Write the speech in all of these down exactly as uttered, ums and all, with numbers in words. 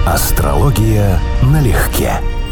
Астрология налегке.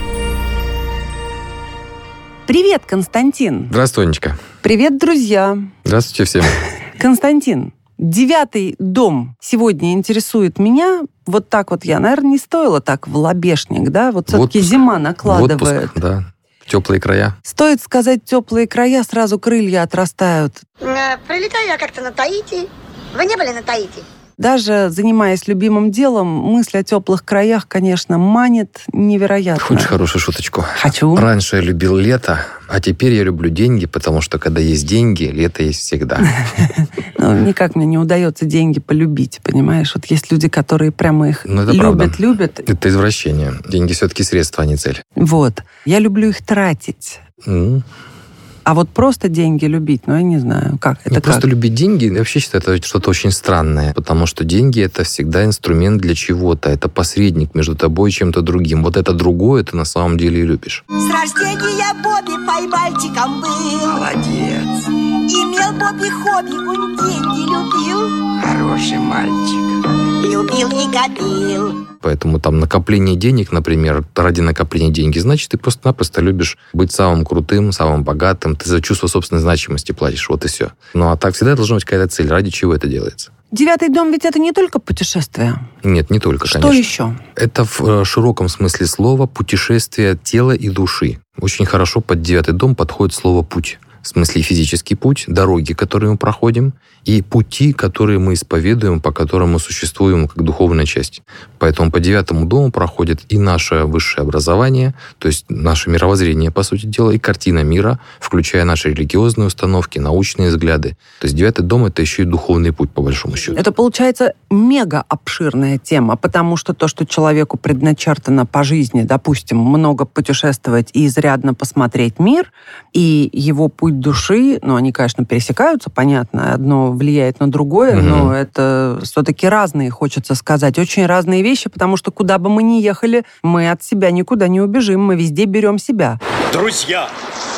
Привет, Константин. Здравствуй, Анечка. Привет, друзья. Здравствуйте всем. Константин, девятый дом сегодня интересует меня. Вот так вот я, наверное, не стоило так в лобешник, да? Вот все-таки отпуск. зима накладывает. В отпуск, да. В теплые края. Стоит сказать теплые края, сразу крылья отрастают. Прилетаю я как-то на Таити. Вы не были на Таити? Даже занимаясь любимым делом, мысль о теплых краях, конечно, манит невероятно. Хочешь хорошую шуточку? Хочу. Раньше я любил лето, а теперь я люблю деньги, потому что когда есть деньги, лето есть всегда. Ну, никак мне не удается деньги полюбить, понимаешь? Вот есть люди, которые прямо их Ну, это любят, правда. любят. Это извращение. Деньги все-таки средства, а не цель. Вот. Я люблю их тратить. М. А вот просто деньги любить, ну, я не знаю, как. Это Ну, как? просто любить деньги, я вообще считаю, это что-то очень странное, потому что деньги — это всегда инструмент для чего-то, это посредник между тобой и чем-то другим. Вот это другое ты на самом деле и любишь. С рождения Бобби поймальчиком был. Молодец. Имел Бобби хобби, он деньги любил. Хороший мальчик. Любил и копил. Поэтому там накопление денег, например, ради накопления денег, значит, ты просто-напросто любишь быть самым крутым, самым богатым, ты за чувство собственной значимости платишь, вот и все. Ну, а так всегда должна быть какая-то цель, ради чего это делается. Девятый дом ведь это не только путешествие. Нет, не только, Что конечно. еще? Это в широком смысле слова путешествие тела и души. Очень хорошо под девятый дом подходит слово «путь». В смысле физический путь, дороги, которые мы проходим, и пути, которые мы исповедуем, по которым мы существуем как духовная часть. Поэтому по девятому дому проходит и наше высшее образование, то есть наше мировоззрение, по сути дела, и картина мира, включая наши религиозные установки, научные взгляды. То есть девятый дом — это еще и духовный путь, по большому счету. Это, получается, мега обширная тема, потому что то, что человеку предначертано по жизни, допустим, много путешествовать и изрядно посмотреть мир, и его путь души, ну, они, конечно, пересекаются, понятно, одно влияет на другое, Угу. но это все-таки разные, хочется сказать, очень разные вещи, потому что куда бы мы ни ехали, мы от себя никуда не убежим, мы везде берем себя. Друзья,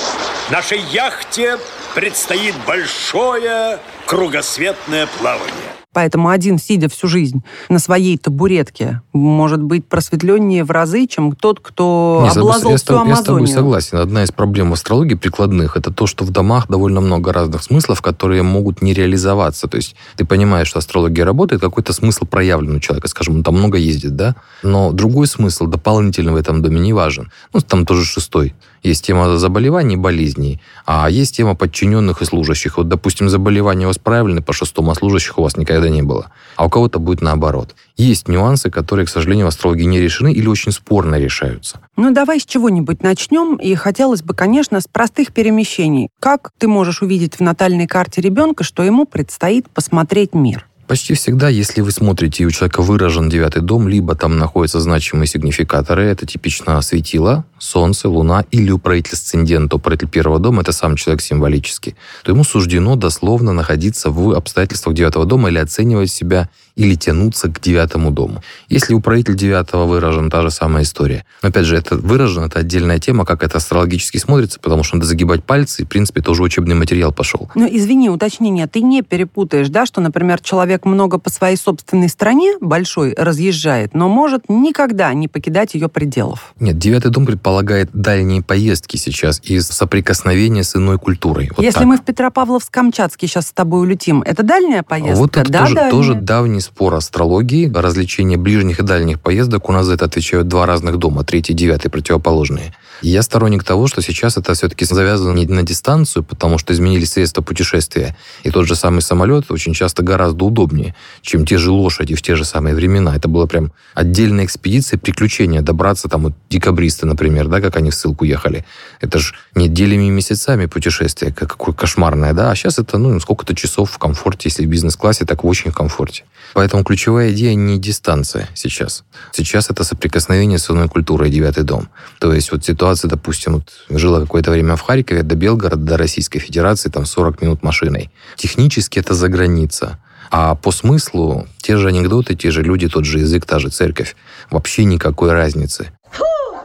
нашей яхте предстоит большое кругосветное плавание. Поэтому один, сидя всю жизнь на своей табуретке, может быть просветленнее в разы, чем тот, кто Не, облазал я, всю с тобой- я с тобой Амазонию. согласен. Одна из проблем в астрологии прикладных — это то, что в домах довольно много разных смыслов, которые могут не реализоваться. То есть ты понимаешь, что астрология работает, какой-то смысл проявлен у человека, скажем, он там много ездит, да? Но другой смысл дополнительный в этом доме не важен. Ну, там тоже шестой. Есть тема заболеваний, болезней, а есть тема подчиненных и служащих. Вот, допустим, заболевания у вас проявлены по шестому, а служащих у вас никогда не было. А у кого-то будет наоборот. Есть нюансы, которые, к сожалению, в астрологии не решены или очень спорно решаются. Ну, давай с чего-нибудь начнем. И хотелось бы, конечно, с простых перемещений. Как ты можешь увидеть в натальной карте ребенка, что ему предстоит посмотреть мир? Почти всегда, если вы смотрите, и у человека выражен девятый дом, либо там находятся значимые сигнификаторы, это типично светило, солнце, луна, или управитель асцендента, управитель первого дома, это сам человек символически, то ему суждено дословно находиться в обстоятельствах девятого дома или оценивать себя, или тянуться к девятому дому. Если управитель девятого выражен, та же самая история. Но опять же, это выражен, это отдельная тема, как это астрологически смотрится, потому что надо загибать пальцы, и, в принципе, тоже учебный материал пошел. Ну, извини, уточнение, ты не перепутаешь, да, что, например, человек много по своей собственной стране, большой, разъезжает, но может никогда не покидать ее пределов? Нет, девятый дом предполагает дальние поездки сейчас из соприкосновения с иной культурой. Вот Если так. мы в Петропавловск-Камчатский сейчас с тобой улетим, это дальняя поездка? Вот это да, тоже, дальняя. тоже давний спор астрологии. Развлечение ближних и дальних поездок у нас за это отвечают два разных дома, третий и девятый, противоположные. И я сторонник того, что сейчас это все-таки завязано не на дистанцию, потому что изменились средства путешествия. И тот же самый самолет очень часто гораздо удобнее, чем те же лошади в те же самые времена. Это была прям отдельная экспедиция, приключения, добраться там, вот декабристы, например, да, как они в ссылку ехали. Это же неделями и месяцами путешествие, какое кошмарное, да, а сейчас это, ну, сколько-то часов в комфорте, если в бизнес-классе, так в очень комфорте. Поэтому ключевая идея не дистанция сейчас. Сейчас это соприкосновение с иной культурой, девятый дом. То есть вот ситуация, допустим, вот жила какое-то время в Харькове, до Белгорода, до Российской Федерации, там сорок минут машиной. Технически это за граница. А по смыслу те же анекдоты, те же люди, тот же язык, та же церковь. Вообще никакой разницы. Фу!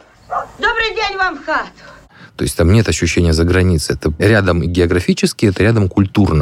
Добрый день вам в хату. То есть там нет ощущения за границей. Это рядом географически, это рядом культурно.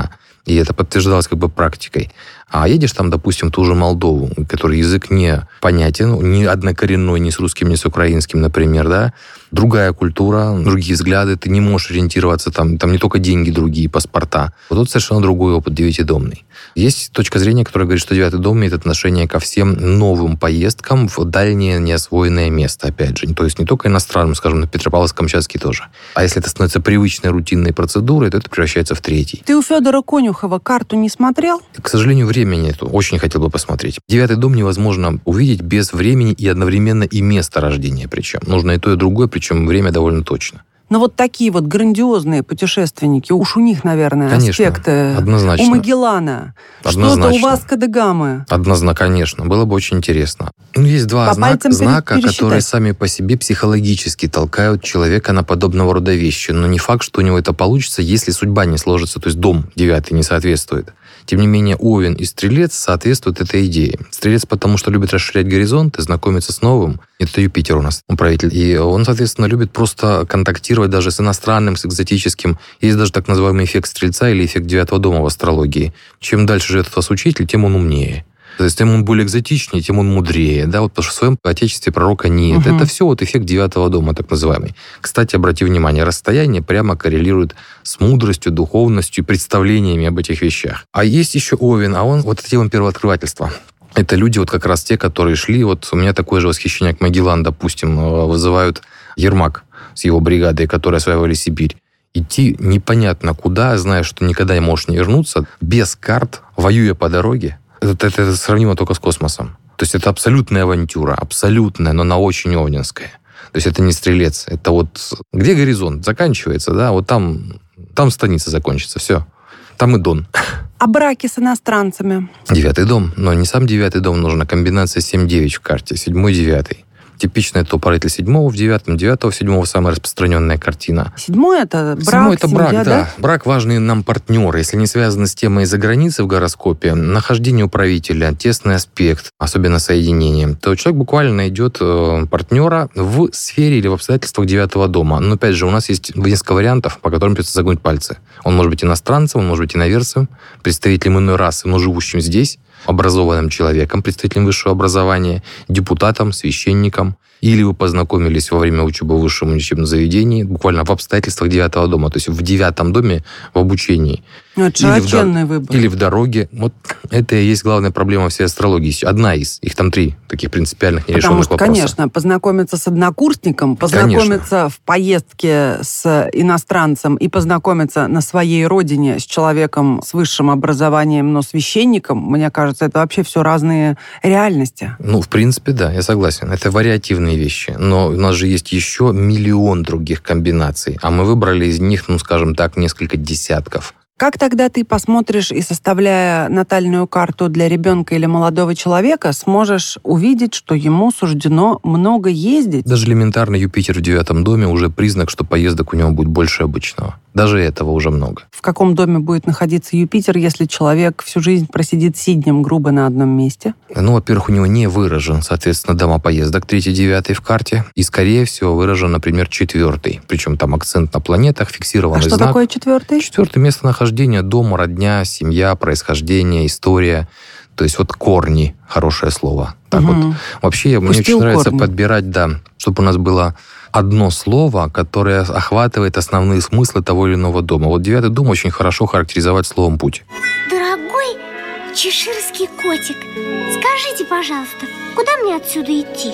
И это подтверждалось как бы практикой. А едешь там, допустим, в ту же Молдову, у которой язык не понятен, ни однокоренной, ни с русским, ни с украинским, например, да, другая культура, другие взгляды, ты не можешь ориентироваться, там, там не только деньги другие, паспорта. Вот тут совершенно другой опыт девятидомный. Есть точка зрения, которая говорит, что девятый дом имеет отношение ко всем новым поездкам в дальнее неосвоенное место, опять же. То есть не только иностранным, скажем, на Петропавловск-Камчатский тоже. А если это становится привычной рутинной процедурой, то это превращается в третий. Ты у Федора Конюхова карту не смотрел? К сожалению, времени нету. Очень хотел бы посмотреть. Девятый дом невозможно увидеть без времени и одновременно и места рождения причем. Нужно и то, и другое, причем время довольно точно. Но вот такие вот грандиозные путешественники, уж у них, наверное, конечно, аспекты. Однозначно. У Магеллана. Однозначно. Что-то у Васко де Гамы. Однозначно, конечно. Было бы очень интересно. Ну, есть два По знак, пальцам знака, пересчитать. которые сами по себе психологически толкают человека на подобного рода вещи. Но не факт, что у него это получится, если судьба не сложится, то есть дом девятый не соответствует. Тем не менее, Овен и Стрелец соответствуют этой идее. Стрелец потому, что любит расширять горизонты, знакомиться с новым. Это Юпитер у нас, управитель. И он, соответственно, любит просто контактировать даже с иностранным, с экзотическим. Есть даже так называемый эффект Стрельца или эффект девятого дома в астрологии. Чем дальше живет этот учитель, тем он умнее. То есть, тем он более экзотичнее, тем он мудрее. Да? Вот потому что в своем отечестве пророка нет. Угу. Это все вот эффект девятого дома, так называемый. Кстати, обрати внимание, расстояние прямо коррелирует с мудростью, духовностью, представлениями об этих вещах. А есть еще Овен, а он вот это тема первооткрывательства. Это люди вот как раз те, которые шли. Вот у меня такое же восхищение к Магеллан, допустим, вызывают Ермак с его бригадой, которые осваивали Сибирь. Идти непонятно куда, зная, что никогда не можешь не вернуться, без карт, воюя по дороге. Это, это, это сравнимо только с космосом. То есть это абсолютная авантюра, абсолютная, но она очень овнинская. То есть это не Стрелец, это вот где горизонт заканчивается, да, вот там, там станица закончится, все. Там и Дон. А браки с иностранцами? Девятый дом, но не сам девятый дом, нужна комбинация семь-девять в карте, седьмой-девятый. Типично это управитель седьмого в девятом, девятого в седьмого самая распространенная картина. Седьмой это брак, Седьмой это семья, брак, да? да. Брак важный нам партнер. Если не связано с темой за границей в гороскопе, нахождение управителя, тесный аспект, особенно соединение, то человек буквально найдет партнера в сфере или в обстоятельствах девятого дома. Но опять же, у нас есть несколько вариантов, по которым придется загнуть пальцы. Он может быть иностранцем, он может быть иноверцем, представителем иной расы, но живущим здесь, образованным человеком, представителем высшего образования, депутатом, священником. Или вы познакомились во время учебы в высшем учебном заведении, буквально в обстоятельствах девятого дома, то есть в девятом доме в обучении. Ну, это широченный выбор. Или в дороге. Вот это и есть главная проблема всей астрологии. Одна из. Их там три таких принципиальных нерешенных вопроса. Потому что, конечно, познакомиться с однокурсником, познакомиться конечно. в поездке с иностранцем и познакомиться на своей родине с человеком с высшим образованием, но священником, мне кажется, это вообще все разные реальности. Ну, в принципе, да, я согласен. Это вариативные вещи. Но у нас же есть еще миллион других комбинаций. А мы выбрали из них, ну, скажем так, несколько десятков. Как тогда ты посмотришь и, составляя натальную карту для ребенка или молодого человека, сможешь увидеть, что ему суждено много ездить? Даже элементарно Юпитер в девятом доме уже признак, что поездок у него будет больше обычного. Даже этого уже много. В каком доме будет находиться Юпитер, если человек всю жизнь просидит сиднем грубо на одном месте? Ну, во-первых, у него не выражен, соответственно, дома поездок третий-девятый в карте. И, скорее всего, выражен, например, четвертый. Причем там акцент на планетах, фиксированный знак. А что знак. такое четвертый? Четвертый — местонахождение, дом, родня, семья, происхождение, история. То есть вот корни, хорошее слово. Так угу. вот. Вообще, Пустил мне очень нравится корни. подбирать, да, чтобы у нас было одно слово, которое охватывает основные смыслы того или иного дома. Вот девятый дом очень хорошо характеризовать словом «путь». Дорогой чеширский котик, скажите, пожалуйста, куда мне отсюда идти?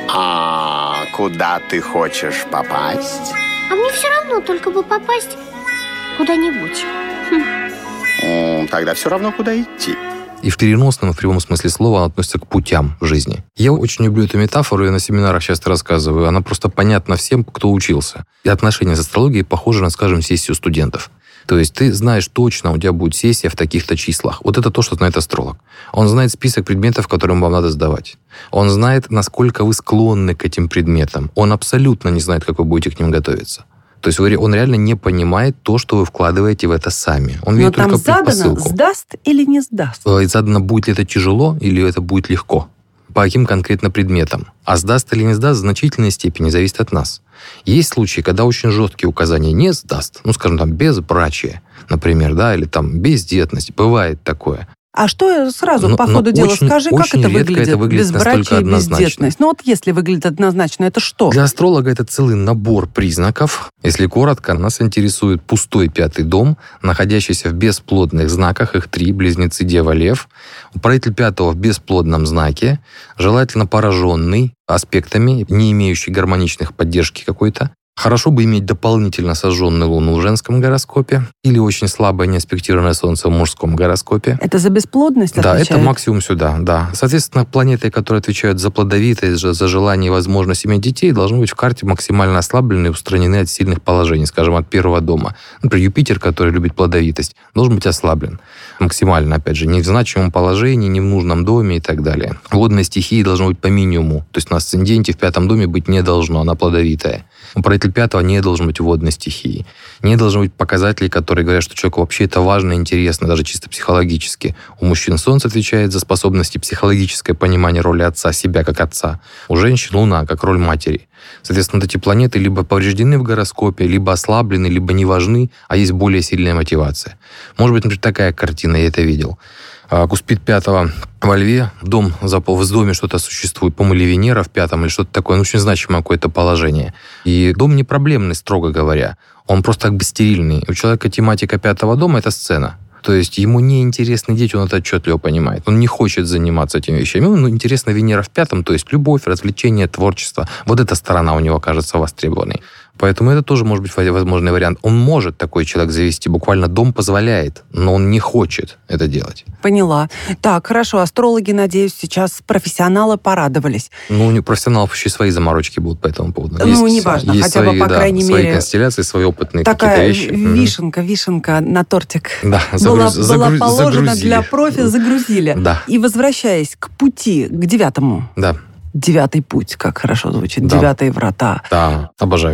А куда ты хочешь попасть? А мне все равно, только бы попасть куда-нибудь. Хм. Тогда все равно, куда идти. И в переносном, и в прямом смысле слова она относится к путям в жизни. Я очень люблю эту метафору, я на семинарах часто рассказываю. Она просто понятна всем, кто учился. И отношения с астрологией похожи на, скажем, сессию студентов. То есть ты знаешь точно, у тебя будет сессия в таких-то числах. Вот это то, что знает астролог. Он знает список предметов, которые вам надо сдавать. Он знает, насколько вы склонны к этим предметам. Он абсолютно не знает, как вы будете к ним готовиться. То есть он реально не понимает то, что вы вкладываете в это сами. Он видит Но только там предпосылку. задано, сдаст или не сдаст. Задано, будет ли это тяжело или это будет легко. По каким конкретно предметам. А сдаст или не сдаст в значительной степени зависит от нас. Есть случаи, когда очень жесткие указания не сдаст, ну, скажем, там, безбрачие. например, да, или там бездетность. Бывает такое. А что сразу, Но- по но ходу дела, очень- скажи, как очень это редко выглядит? это выглядит настолько Безбрачие и однозначно. бездетность. Ну вот если выглядит однозначно, это что? Для астролога это целый набор признаков. Если коротко, нас интересует пустой пятый дом, находящийся в бесплодных знаках, их три, близнецы, дева, лев. Управитель пятого в бесплодном знаке, желательно пораженный аспектами, не имеющий гармоничных поддержки какой-то. Хорошо бы иметь дополнительно сожженную Луну в женском гороскопе или очень слабое неаспектированное Солнце в мужском гороскопе. Это за бесплодность Да, отвечает? это максимум сюда, да. Соответственно, планеты, которые отвечают за плодовитость, за желание и возможность иметь детей, должны быть в карте максимально ослаблены и устранены от сильных положений, скажем, от первого дома. Например, Юпитер, который любит плодовитость, должен быть ослаблен максимально, опять же, не в значимом положении, не в нужном доме и так далее. Водные стихии должны быть по минимуму, то есть на асценденте в пятом доме быть не должно, она плодовитая. Управитель пятого не должен быть водной стихией. Не должны быть показателей, которые говорят, что человеку вообще это важно и интересно, даже чисто психологически. У мужчин Солнце отвечает за способности психологическое понимание роли отца, себя как отца. У женщин Луна как роль матери. Соответственно, эти планеты либо повреждены в гороскопе, либо ослаблены, либо не важны, а есть более сильная мотивация. Может быть, например, такая картина, я это видел. Куспид пятого во Льве, дом, в доме что-то существует, по-моему, или Венера в пятом, или что-то такое, ну, очень значимое какое-то положение. И дом не проблемный, строго говоря. Он просто как бы стерильный. У человека тематика пятого дома – это сцена. То есть ему не интересны дети, он это отчетливо понимает. Он не хочет заниматься этими вещами. Ему интересна Венера в пятом, то есть любовь, развлечение, творчество. Вот эта сторона у него кажется востребованной. Поэтому это тоже может быть возможный вариант. Он может такой человек завести, буквально дом позволяет, но он не хочет это делать. Поняла. Так, хорошо, астрологи, надеюсь, сейчас профессионалы порадовались. Ну, у профессионалов еще свои заморочки будут по этому поводу. Ну, неважно, есть хотя свои, бы, по да, крайней свои мере... констелляции, свои опытные Такая какие-то вещи. вишенка, вишенка на тортик Да, была, загруз- была загруз- положена загрузили. для профи, загрузили. Да. И возвращаясь к пути, к девятому. Да, Девятый путь, как хорошо звучит. Да. Девятые врата. да, обожаю.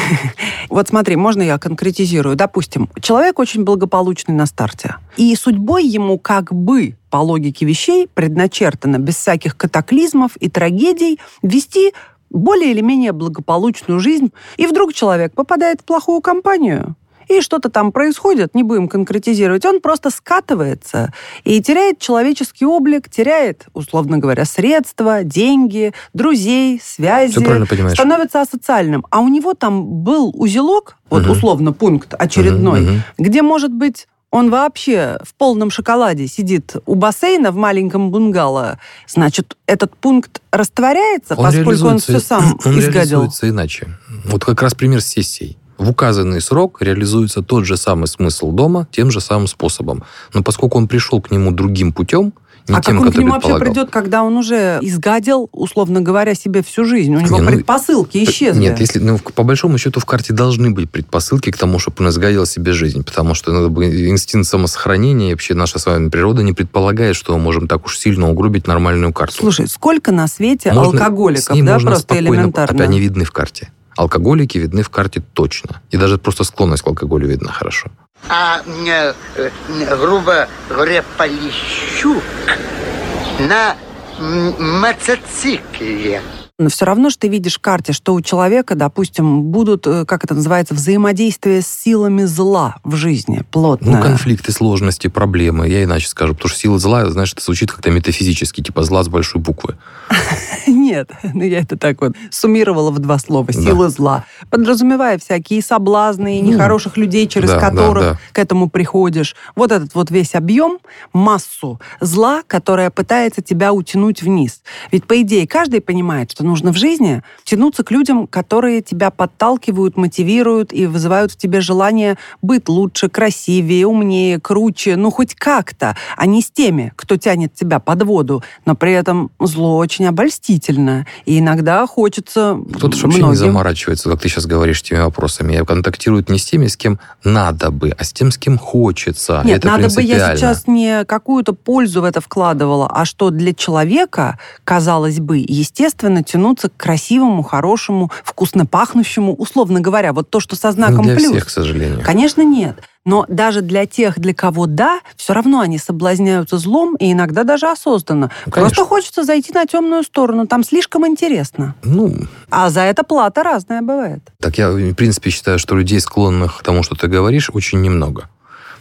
Вот смотри, можно я конкретизирую? Допустим, человек очень благополучный на старте. И судьбой ему как бы, по логике вещей, предначертано без всяких катаклизмов и трагедий вести более или менее благополучную жизнь. И вдруг человек попадает в плохую компанию. И что-то там происходит, не будем конкретизировать, он просто скатывается и теряет человеческий облик, теряет, условно говоря, средства, деньги, друзей, связи. Все правильно понимаешь. Становится асоциальным. А у него там был узелок, вот Мгм. условно пункт очередной, Мгм, мгм. где, может быть, он вообще в полном шоколаде сидит у бассейна в маленьком бунгало. Значит, этот пункт растворяется, Он поскольку он реализуется- все сам он изгадил. реализуется иначе. Вот как раз пример с сессией. В указанный срок реализуется тот же самый смысл дома тем же самым способом. Но поскольку он пришел к нему другим путем, не а тем, как он к который нему вообще предполагал. придет, когда он уже изгадил, условно говоря, себе всю жизнь? У него Не, ну, предпосылки исчезли. Нет, если, ну, по большому счету в карте должны быть предпосылки к тому, чтобы он изгадил себе жизнь, потому что надо бы инстинкт самосохранения и вообще наша с вами природа не предполагает, что мы можем так уж сильно угробить нормальную карту. Слушай, сколько на свете Можно- с алкоголиков, ним да, можно просто спокойно- элементарно? Опять они видны в карте. Алкоголики видны в карте точно. И даже просто склонность к алкоголю видна хорошо. А, э, э, грубо говоря, Полищук на м- мотоцикле. Но все равно же ты видишь в карте, что у человека, допустим, будут, э, как это называется, взаимодействия с силами зла в жизни, плотное. Ну, конфликты, сложности, проблемы. Я иначе скажу. Потому что сила зла, знаешь, это звучит как-то метафизически, типа зла с большой буквы. Нет, ну я это так вот суммировала в два слова. Да. Сила зла. Подразумевая всякие соблазны, Ну, нехороших людей, через да, которых да, да. к этому приходишь. Вот этот вот весь объем, массу зла, которая пытается тебя утянуть вниз. Ведь, по идее, каждый понимает, что нужно в жизни тянуться к людям, которые тебя подталкивают, мотивируют и вызывают в тебе желание быть лучше, красивее, умнее, круче, ну хоть как-то, а не с теми, кто тянет тебя под воду. Но при этом зло очень обольстительно. И иногда хочется Кто-то же вообще не многим... заморачивается, как ты сейчас говоришь, этими вопросами. И контактирует не с теми, с кем надо бы, а с тем, с кем хочется. И Нет, это надо бы я принципиально. сейчас не какую-то пользу в это вкладывала, а что для человека, казалось бы, естественно, тянуться к красивому, хорошему, вкусно пахнущему, условно говоря, вот то, что со знаком Не для плюс. всех, к сожалению. Конечно, нет. Но даже для тех, для кого да, все равно они соблазняются злом, и иногда даже осознанно. Ну, Просто конечно. хочется зайти на темную сторону, там слишком интересно. Ну, А за это плата разная бывает. так я, в принципе, считаю, что людей, склонных к тому, что ты говоришь, очень немного.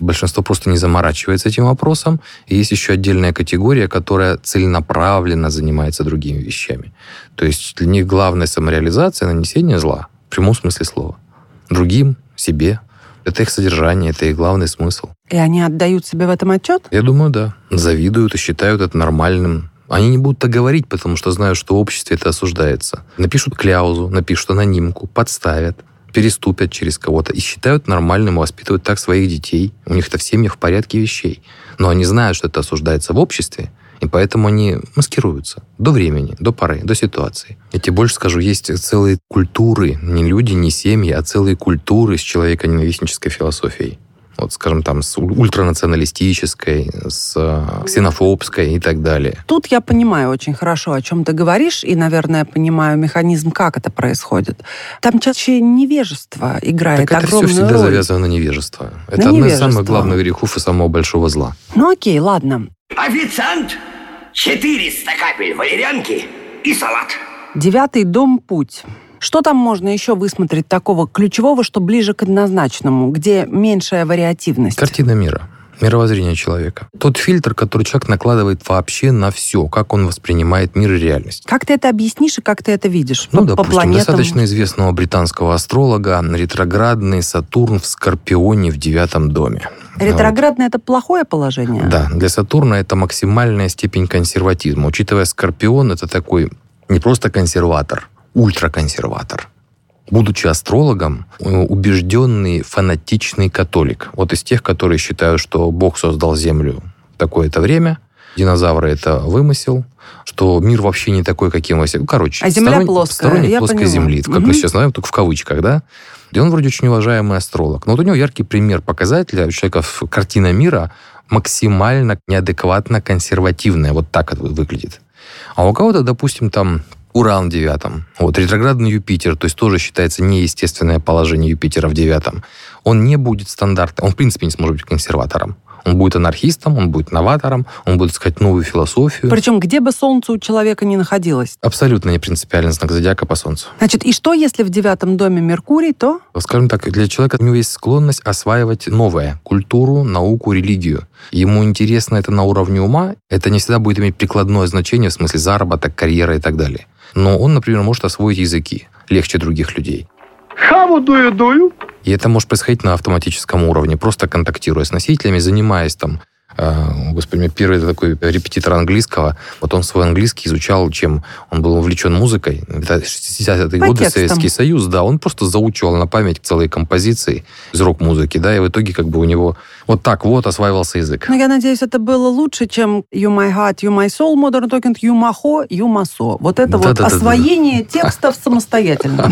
Большинство просто не заморачивается этим вопросом. И есть еще отдельная категория, которая целенаправленно занимается другими вещами. То есть для них главная самореализация, нанесение зла, в прямом смысле слова. Другим, себе. Это их содержание, это их главный смысл. И они отдают себе в этом отчет? Я думаю, да. Завидуют и считают это нормальным. Они не будут так говорить, потому что знают, что в обществе это осуждается. Напишут кляузу, напишут анонимку, подставят, переступят через кого-то и считают нормальным воспитывать так своих детей. У них это в семьях в порядке вещей. Но они знают, что это осуждается в обществе, и поэтому они маскируются до времени, до поры, до ситуации. Я тебе больше скажу, есть целые культуры, не люди, не семьи, а целые культуры с человеконенавистнической философией. Вот, скажем, там, с ультранационалистической, с ксенофобской и так далее. Тут я понимаю очень хорошо, о чем ты говоришь, и, наверное, понимаю механизм, как это происходит. Там чаще невежество играет так огромную роль. Это все всегда завязано на невежество. Это на одно невежество. из самых главных грехов и самого большого зла. Ну окей, ладно. Официант, четыреста капель валерьянки и салат. Девятый дом «Путь». Что там можно еще высмотреть такого ключевого, что ближе к однозначному, где меньшая вариативность? Картина мира, мировоззрение человека. Тот фильтр, который человек накладывает вообще на все, как он воспринимает мир и реальность. Как ты это объяснишь и как ты это видишь? Ну, по, допустим, по планетам? достаточно известного британского астролога ретроградный Сатурн в Скорпионе в девятом доме. Ретроградное вот. — это плохое положение? Да, для Сатурна это максимальная степень консерватизма. Учитывая Скорпион, это такой не просто консерватор, ультраконсерватор. Будучи астрологом, убежденный фанатичный католик. Вот из тех, которые считают, что Бог создал Землю в такое-то время, динозавры — это вымысел, что мир вообще не такой, каким мы... Короче, а Земля сторон... плоская, сторонник я плоской поняла. Земли. Как угу. мы сейчас знаем, только в кавычках, да? И он вроде очень уважаемый астролог. Но вот у него яркий пример показателя у человека картина мира максимально неадекватно консервативная. Вот так это выглядит. А у кого-то, допустим, там Уран в девятом. Вот, ретроградный Юпитер, то есть тоже считается неестественное положение Юпитера в девятом. Он не будет стандартным, он в принципе не сможет быть консерватором. Он будет анархистом, он будет новатором, он будет искать новую философию. Причем где бы Солнце у человека ни находилось. Абсолютно не принципиальный знак зодиака по Солнцу. Значит, и что, если в девятом доме Меркурий, то? Скажем так, для человека у него есть склонность осваивать новое. Культуру, науку, религию. Ему интересно это на уровне ума. Это не всегда будет иметь прикладное значение, в смысле заработок, карьера и так далее. Но он, например, может освоить языки легче других людей. Хаву дую-дую. И это может происходить на автоматическом уровне, просто контактируя с носителями, занимаясь там... Э, господи, у меня первый такой репетитор английского, вот он свой английский изучал, чем он был увлечен музыкой. Это шестидесятые годы, Советский Союз, да, он просто заучивал на память целые композиции из рок-музыки, да, и в итоге как бы у него вот так вот осваивался язык. Ну, я надеюсь, это было лучше, чем You My Heart, You My Soul, Modern Talking, You Maho, You Maso. Вот это да, вот да, освоение да, да. текстов самостоятельно.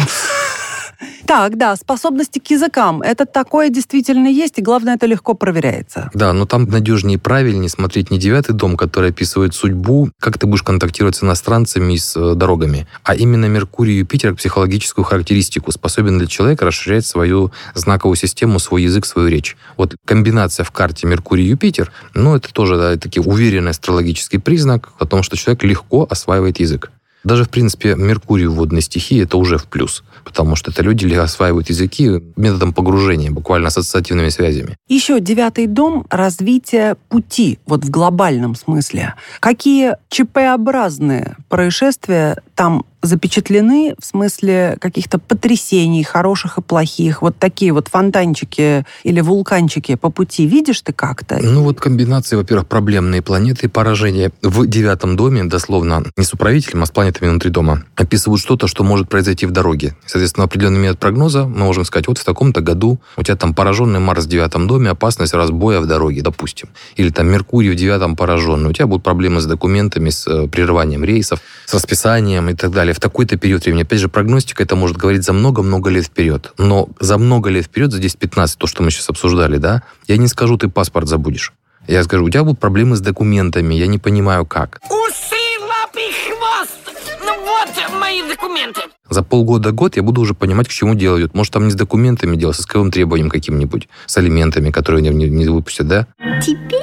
Так, да, способности к языкам. Это такое действительно есть, и главное, это легко проверяется. Да, но там надежнее и правильнее смотреть не девятый дом, который описывает судьбу, как ты будешь контактировать с иностранцами и с дорогами, а именно Меркурий и Юпитер, психологическую характеристику, способен для человека расширять свою знаковую систему, свой язык, свою речь. Вот комбинация в карте Меркурий и Юпитер, ну, это тоже да, таки уверенный астрологический признак о том, что человек легко осваивает язык. Даже, в принципе, Меркурий в водной стихии — это уже в плюс, потому что это люди осваивают языки методом погружения, буквально ассоциативными связями. Еще девятый дом — развитие пути, вот в глобальном смысле. Какие ЧП-образные происшествия там запечатлены в смысле каких-то потрясений, хороших и плохих? Вот такие вот фонтанчики или вулканчики по пути видишь ты как-то? Ну вот комбинации, во-первых, проблемные планеты и поражения. В девятом доме, дословно, не с управителем, а с планетами внутри дома, описывают что-то, что может произойти в дороге. Соответственно, определенный метод прогноза мы можем сказать, вот в таком-то году у тебя там пораженный Марс в девятом доме, опасность разбоя в дороге, допустим. Или там Меркурий в девятом пораженный. У тебя будут проблемы с документами, с прерыванием рейсов, с расписанием и так далее. В такой-то период времени. Опять же, прогностика это может говорить за много-много лет вперед. Но за много лет вперед, за десять-пятнадцать, то, что мы сейчас обсуждали, да, я не скажу, ты паспорт забудешь. Я скажу, у тебя будут проблемы с документами, я не понимаю, как. Усы, лапы, хвост! Ну вот мои документы. За полгода-год я буду уже понимать, к чему дело идет. Может, там не с документами дело, с исковым требованием каким-нибудь, с алиментами, которые не, не, не выпустят, да? Теперь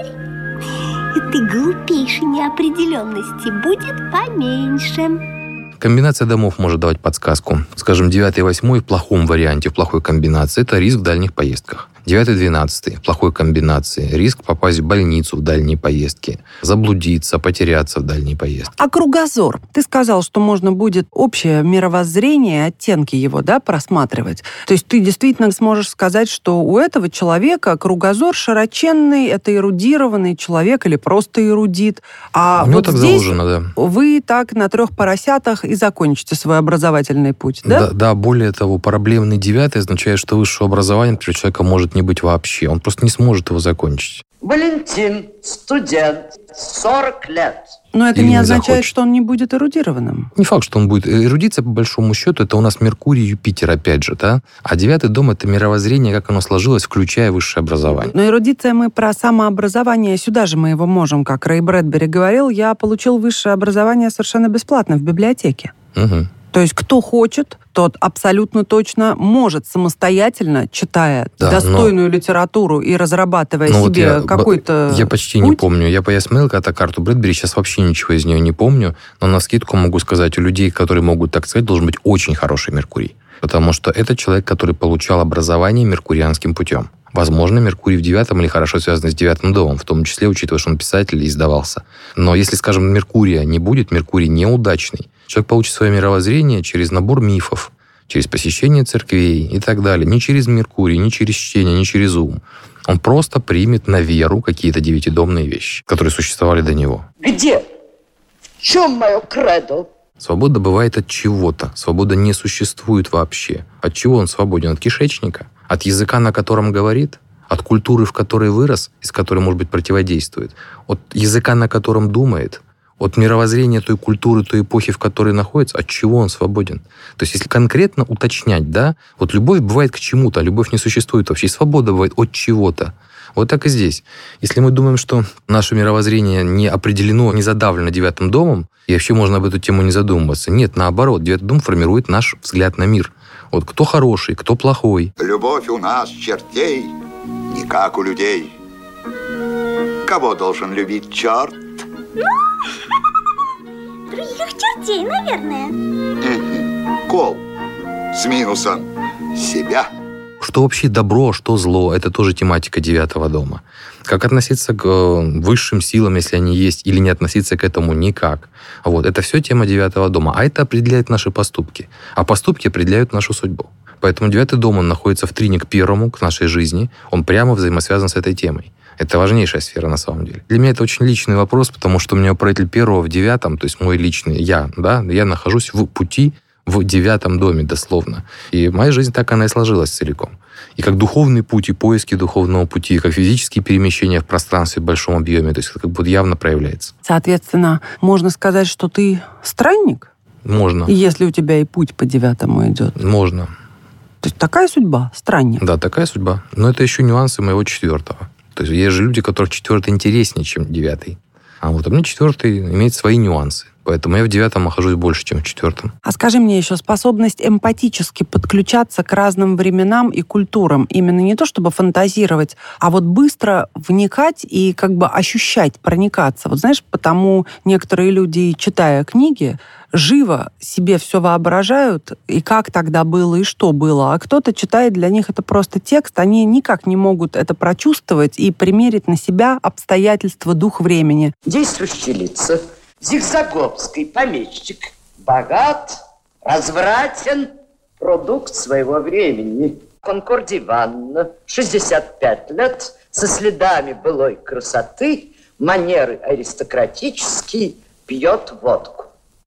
этой глупейшей неопределенности будет поменьше. Комбинация домов может давать подсказку. Скажем, девятый и восьмой в плохом варианте, в плохой комбинации, это риск в дальних поездках. Девятый, двенадцатый. Плохой комбинации. Риск попасть в больницу в дальние поездки. Заблудиться, потеряться в дальние поездки. А кругозор? Ты сказал, что можно будет общее мировоззрение, оттенки его, да, просматривать. То есть ты действительно сможешь сказать, что у этого человека кругозор широченный, это эрудированный человек или просто эрудит. А у него вот так здесь заложено, да. Вы так на трех поросятах и закончите свой образовательный путь, да? Да, да, более того, проблемный девятый означает, что высшее образование, например, человека может не быть вообще. Он просто не сможет его закончить. Валентин, студент, сорок лет. Но это Или не не означает, захочет. что он не будет эрудированным. Не факт, что он будет. Эрудиция, по большому счету, это у нас Меркурий, Юпитер, опять же, да? А девятый дом — это мировоззрение, как оно сложилось, включая высшее образование. Но эрудиция, мы про самообразование, сюда же мы его можем, как Рэй Брэдбери говорил, я получил высшее образование совершенно бесплатно в библиотеке. Угу. То есть кто хочет, тот абсолютно точно может самостоятельно, читая Да, достойную литературу и разрабатывая Ну, вот себе я, какой-то Я почти путь. не помню. Я, я смотрел когда-то карту Брэдбери, сейчас вообще ничего из нее не помню, но навскидку могу сказать, у людей, которые могут так сказать, должен быть очень хороший Меркурий. Потому что это человек, который получал образование меркурианским путем. Возможно, Меркурий в девятом или хорошо связан с девятым домом, в том числе, учитывая, что он писатель и издавался. Но если, скажем, Меркурия не будет, Меркурий неудачный, человек получит свое мировоззрение через набор мифов, через посещение церквей и так далее. Не через Меркурий, не через чтение, не через ум. Он просто примет на веру какие-то девятидомные вещи, которые существовали до него. Где? В чем мое кредо? Свобода бывает от чего-то. Свобода не существует вообще. От чего он свободен? От кишечника? От языка, на котором говорит? От культуры, в которой вырос, из которой, может быть, противодействует? От языка, на котором думает? От мировоззрения той культуры, той эпохи, в которой находится? От чего он свободен? То есть, если конкретно уточнять, да, вот любовь бывает к чему-то, а любовь не существует вообще, и свобода бывает от чего-то. Вот так и здесь. Если мы думаем, что наше мировоззрение не определено, не задавлено девятым домом, и вообще можно об эту тему не задумываться. Нет, наоборот, девятый дом формирует наш взгляд на мир. Вот кто хороший, кто плохой. Любовь у нас, чертей, не как у людей. Кого должен любить черт? Других чертей, наверное. Кол с минусом себя. Что вообще добро, что зло, это тоже тематика девятого дома. Как относиться к высшим силам, если они есть, или не относиться к этому никак. Вот, это все тема девятого дома. А это определяет наши поступки. А поступки определяют нашу судьбу. Поэтому девятый дом, он находится в трине к первому, к нашей жизни. Он прямо взаимосвязан с этой темой. Это важнейшая сфера на самом деле. Для меня это очень личный вопрос, потому что у меня управитель первого в девятом, то есть мой личный, я, да, я нахожусь в пути в девятом доме, дословно. И моя жизнь так она и сложилась целиком. И как духовный путь, и поиски духовного пути, и как физические перемещения в пространстве в большом объеме, то есть это как бы явно проявляется. Соответственно, можно сказать, что ты странник? Можно. Если у тебя и путь по девятому идет. Можно. То есть такая судьба, странник. Да, такая судьба. Но это еще нюансы моего четвертого. То есть есть же люди, у которых четвертый интереснее, чем девятый. А вот у меня четвертый имеет свои нюансы. Поэтому я в девятом нахожусь больше, чем в четвертом. А скажи мне еще, способность эмпатически подключаться к разным временам и культурам, именно не то чтобы фантазировать, а вот быстро вникать и как бы ощущать, проникаться. Вот знаешь, потому некоторые люди, читая книги, живо себе все воображают, и как тогда было, и что было. А кто-то читает, для них это просто текст, они никак не могут это прочувствовать и примерить на себя обстоятельства, дух времени. Действующие лица. Зигзаговский помещик. Богат, развратен, продукт своего времени. Конкордия Ивановна, шестьдесят пять лет, со следами былой красоты, манеры аристократические, пьет водку.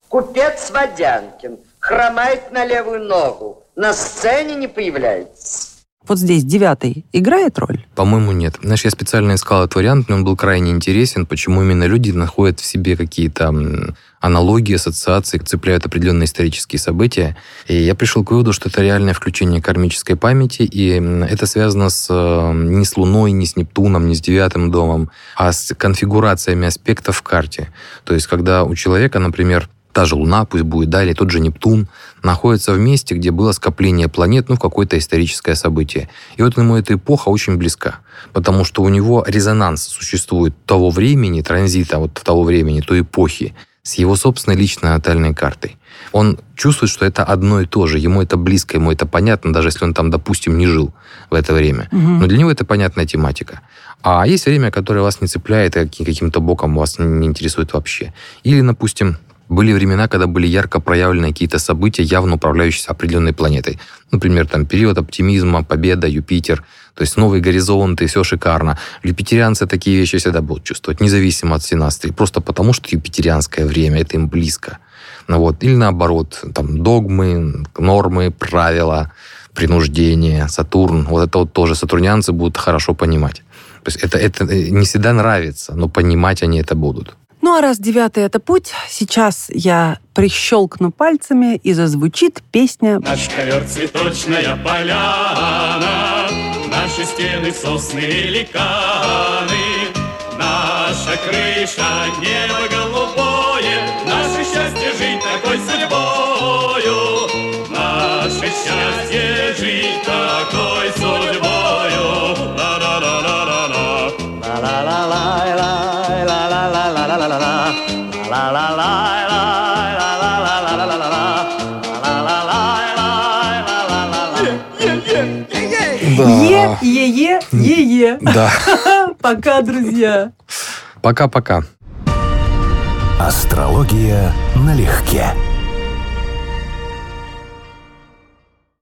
Купец Водянкин хромает на левую ногу, на сцене не появляется. Вот здесь девятый играет роль? По-моему, нет. Знаешь, я специально искал этот вариант, но он был крайне интересен, почему именно люди находят в себе какие-то аналогии, ассоциации, цепляют определенные исторические события. И я пришел к выводу, что это реальное включение кармической памяти, и это связано с, не с Луной, не с Нептуном, не с девятым домом, а с конфигурациями аспектов в карте. То есть, когда у человека, например, та же Луна, пусть будет, да, или тот же Нептун, находится в месте, где было скопление планет, ну, в какое-то историческое событие. И вот ему эта эпоха очень близка, потому что у него резонанс существует того времени, транзита вот того времени, той эпохи, с его собственной личной натальной картой. Он чувствует, что это одно и то же. Ему это близко, ему это понятно, даже если он там, допустим, не жил в это время. Угу. Но для него это понятная тематика. А есть время, которое вас не цепляет, и каким-то боком вас не интересует вообще. Или, допустим, были времена, когда были ярко проявлены какие-то события, явно управляющиеся определенной планетой. Например, там период оптимизма, победа, Юпитер, то есть новые горизонты, все шикарно. Юпитерианцы такие вещи всегда будут чувствовать, независимо от синастрии, просто потому, что юпитерианское время, это им близко. Вот. Или наоборот, там догмы, нормы, правила, принуждение, Сатурн. Вот это вот тоже сатурнианцы будут хорошо понимать. То есть это, это не всегда нравится, но понимать они это будут. Ну, а раз девятый — это путь, сейчас я прищелкну пальцами, и зазвучит песня. Наш ковер цветочная поляна, наши стены сосны великаны, наша крыша небо голубое, наше счастье жить такой судьбою, наше счастье жить такой судьбою. Е-е-е-е-е. Да. Пока, друзья. Пока-пока. Астрология налегке.